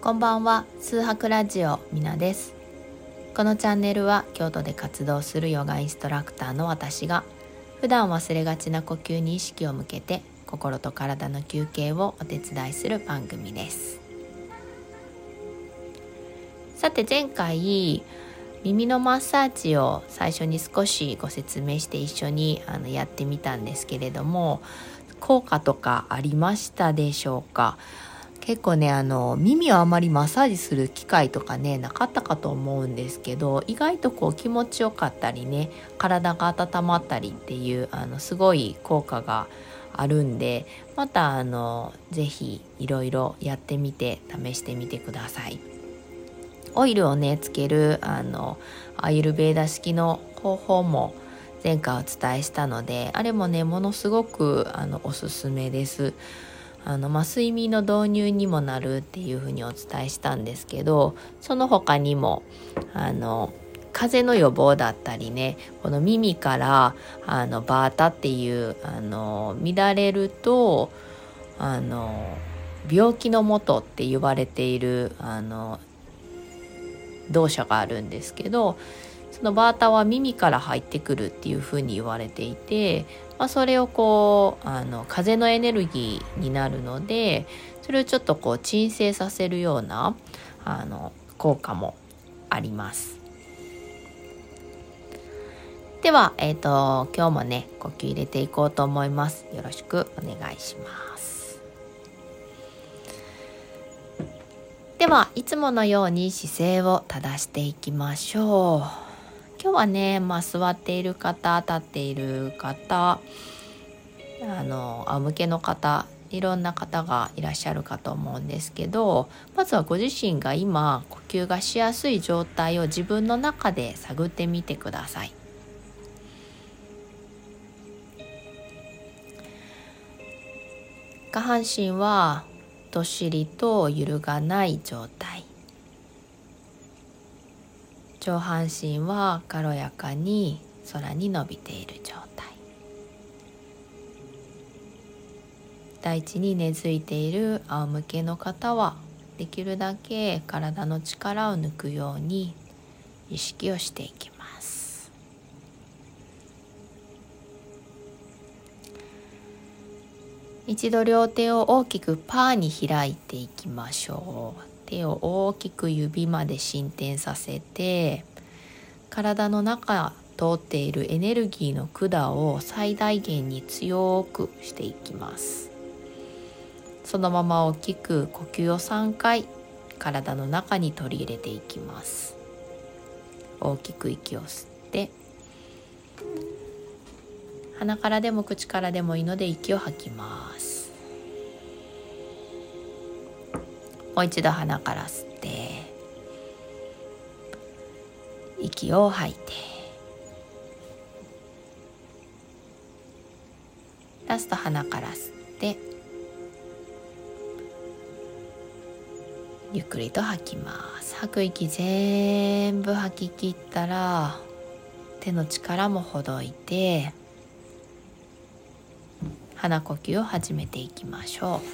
こんばんは、数泊ラジオみなです。このチャンネルは京都で活動するヨガインストラクターの私が普段忘れがちな呼吸に意識を向けて心と体の休憩をお手伝いする番組です。さて前回耳のマッサージを最初に少しご説明して一緒にやってみたんですけれども、効果とかありましたでしょうか？結構ね耳をあまりマッサージする機会とかねなかったかと思うんですけど、意外と気持ちよかったりね、体が温まったりっていうすごい効果があるんで、またぜひいろいろやってみて試してみてください。オイルをねつけるアーユルヴェーダ式の方法も前回お伝えしたので、あれもねものすごくおすすめです。睡眠の導入にもなるっていうふうにお伝えしたんですけど、その他にも風邪の予防だったりね、この耳からバータっていう乱れると病気のもとって言われている動作があるんですけど、そのバータは耳から入ってくるっていうふうに言われていて、それを風のエネルギーになるので、それをちょっと鎮静させるような効果もあります。では、今日もね呼吸入れていこうと思います。よろしくお願いします。ではいつものように姿勢を正していきましょう。今日はね、座っている方、立っている方、仰向けの方、いろんな方がいらっしゃるかと思うんですけど、まずはご自身が今呼吸がしやすい状態を自分の中で探ってみてください。下半身はどっしりと揺るがない状態、上半身は軽やかに空に伸びている状態、大地に根付いている仰向けの方はできるだけ体の力を抜くように意識をしていきます。一度両手を大きくパーに開いていきましょう。手を大きく指まで伸展させて、体の中通っているエネルギーの管を最大限に強くしていきます。そのまま大きく呼吸を3回体の中に取り入れていきます。大きく息を吸って、鼻からでも口からでもいいので息を吐きます。もう一度鼻から吸って息を吐いて、ラスト鼻から吸ってゆっくりと吐きます。吐く息全部吐き切ったら手の力もほどいて鼻呼吸を始めていきましょう。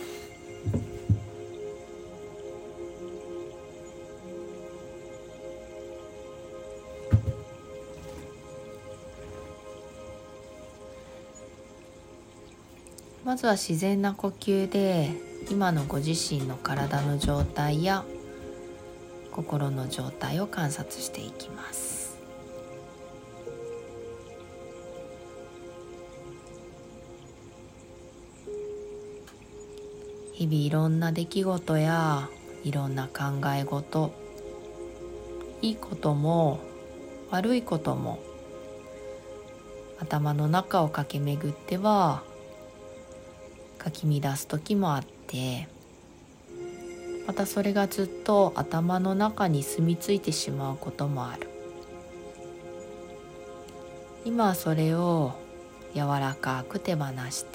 まずは自然な呼吸で今のご自身の体の状態や心の状態を観察していきます。日々いろんな出来事やいろんな考え事、いいことも悪いことも頭の中を駆け巡ってはかき乱す時もあって、またそれがずっと頭の中に住み着いてしまうこともある。今はそれを柔らかく手放して、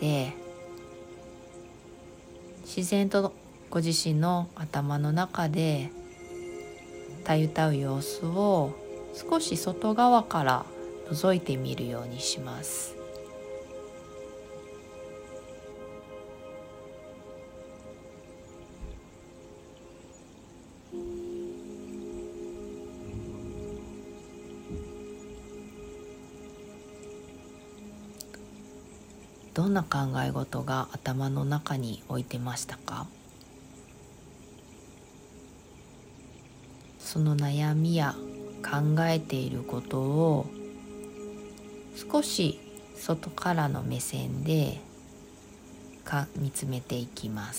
自然とご自身の頭の中でたゆたう様子を少し外側から覗いてみるようにします。 どんな考え事が頭の中に置いてましたか？その悩みや考えていることを少し外からの目線で見つめていきます。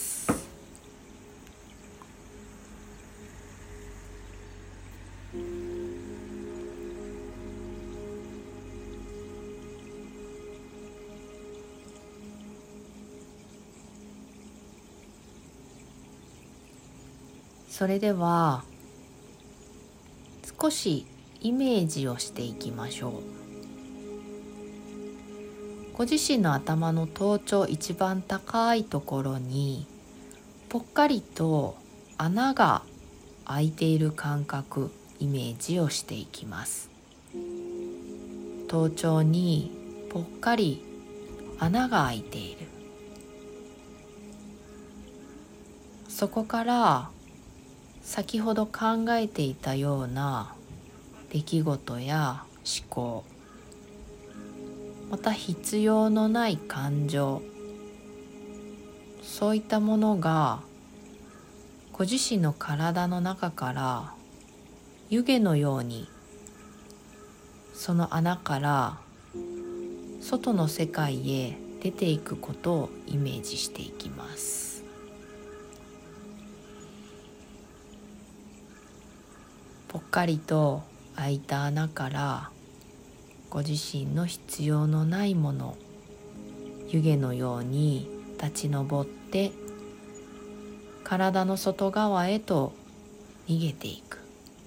それでは少しイメージをしていきましょう。ご自身の頭の頭頂一番高いところにぽっかりと穴が開いている感覚、イメージをしていきます。頭頂にぽっかり穴が開いている。そこから先ほど考えていたような出来事や思考、また必要のない感情、そういったものがご自身の体の中から湯気のようにその穴から外の世界へ出ていくことをイメージしていきます。ぽっかりと開いた穴からご自身の必要のないもの、湯気のように立ち上って体の外側へと逃げていく。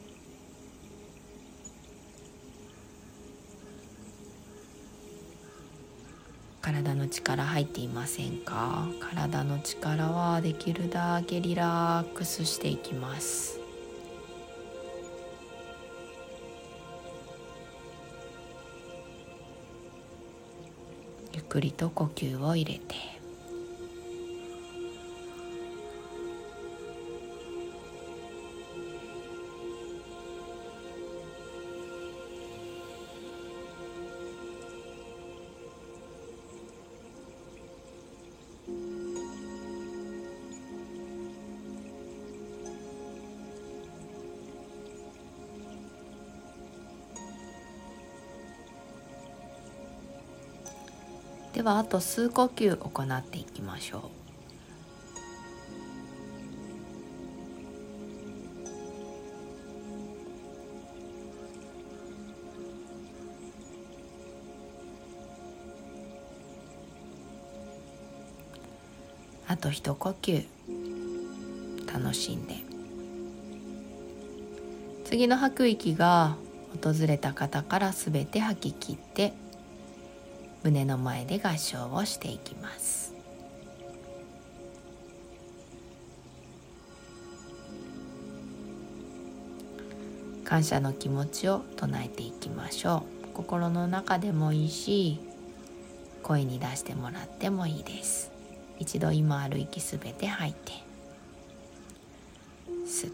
体の力入っていませんか？体の力はできるだけリラックスしていきます。ゆっくりと呼吸を入れて、ではあと数呼吸行っていきましょう。あと一呼吸楽しんで、次の吐く息が訪れた方からすべて吐き切って胸の前で合掌をしていきます。感謝の気持ちを唱えていきましょう。心の中でもいいし、声に出してもらってもいいです。一度今ある息すべて吐いて、吸って、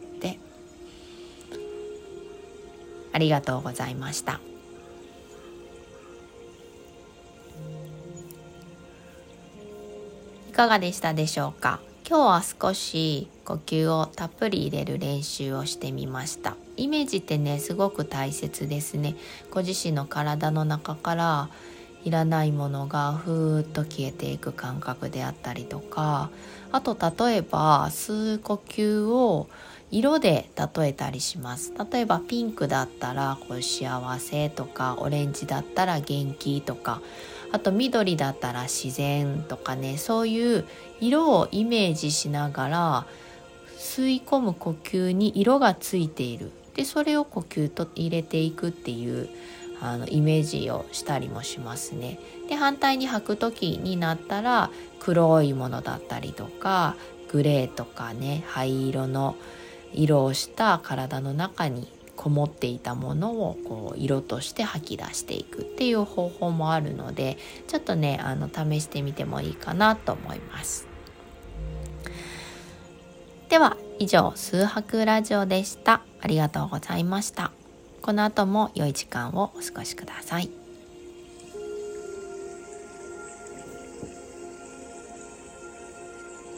ありがとうございました。いかがでしたでしょうか？今日は少し呼吸をたっぷり入れる練習をしてみました。イメージってね、すごく大切ですね。ご自身の体の中からいらないものがふーっと消えていく感覚であったりとか、あと例えば吸う呼吸を色で例えたりします。例えばピンクだったらこう幸せとか、オレンジだったら元気とか、あと緑だったら自然とかね、そういう色をイメージしながら吸い込む呼吸に色がついている。でそれを呼吸と入れていくっていうイメージをしたりもしますね。で反対に吐く時になったら黒いものだったりとかグレーとかね、灰色の色をした体の中にこもっていたものをこう色として吐き出していくっていう方法もあるので、ちょっとね試してみてもいいかなと思います。では以上、数拍ラジオでした。ありがとうございました。この後も良い時間をお過ごしください。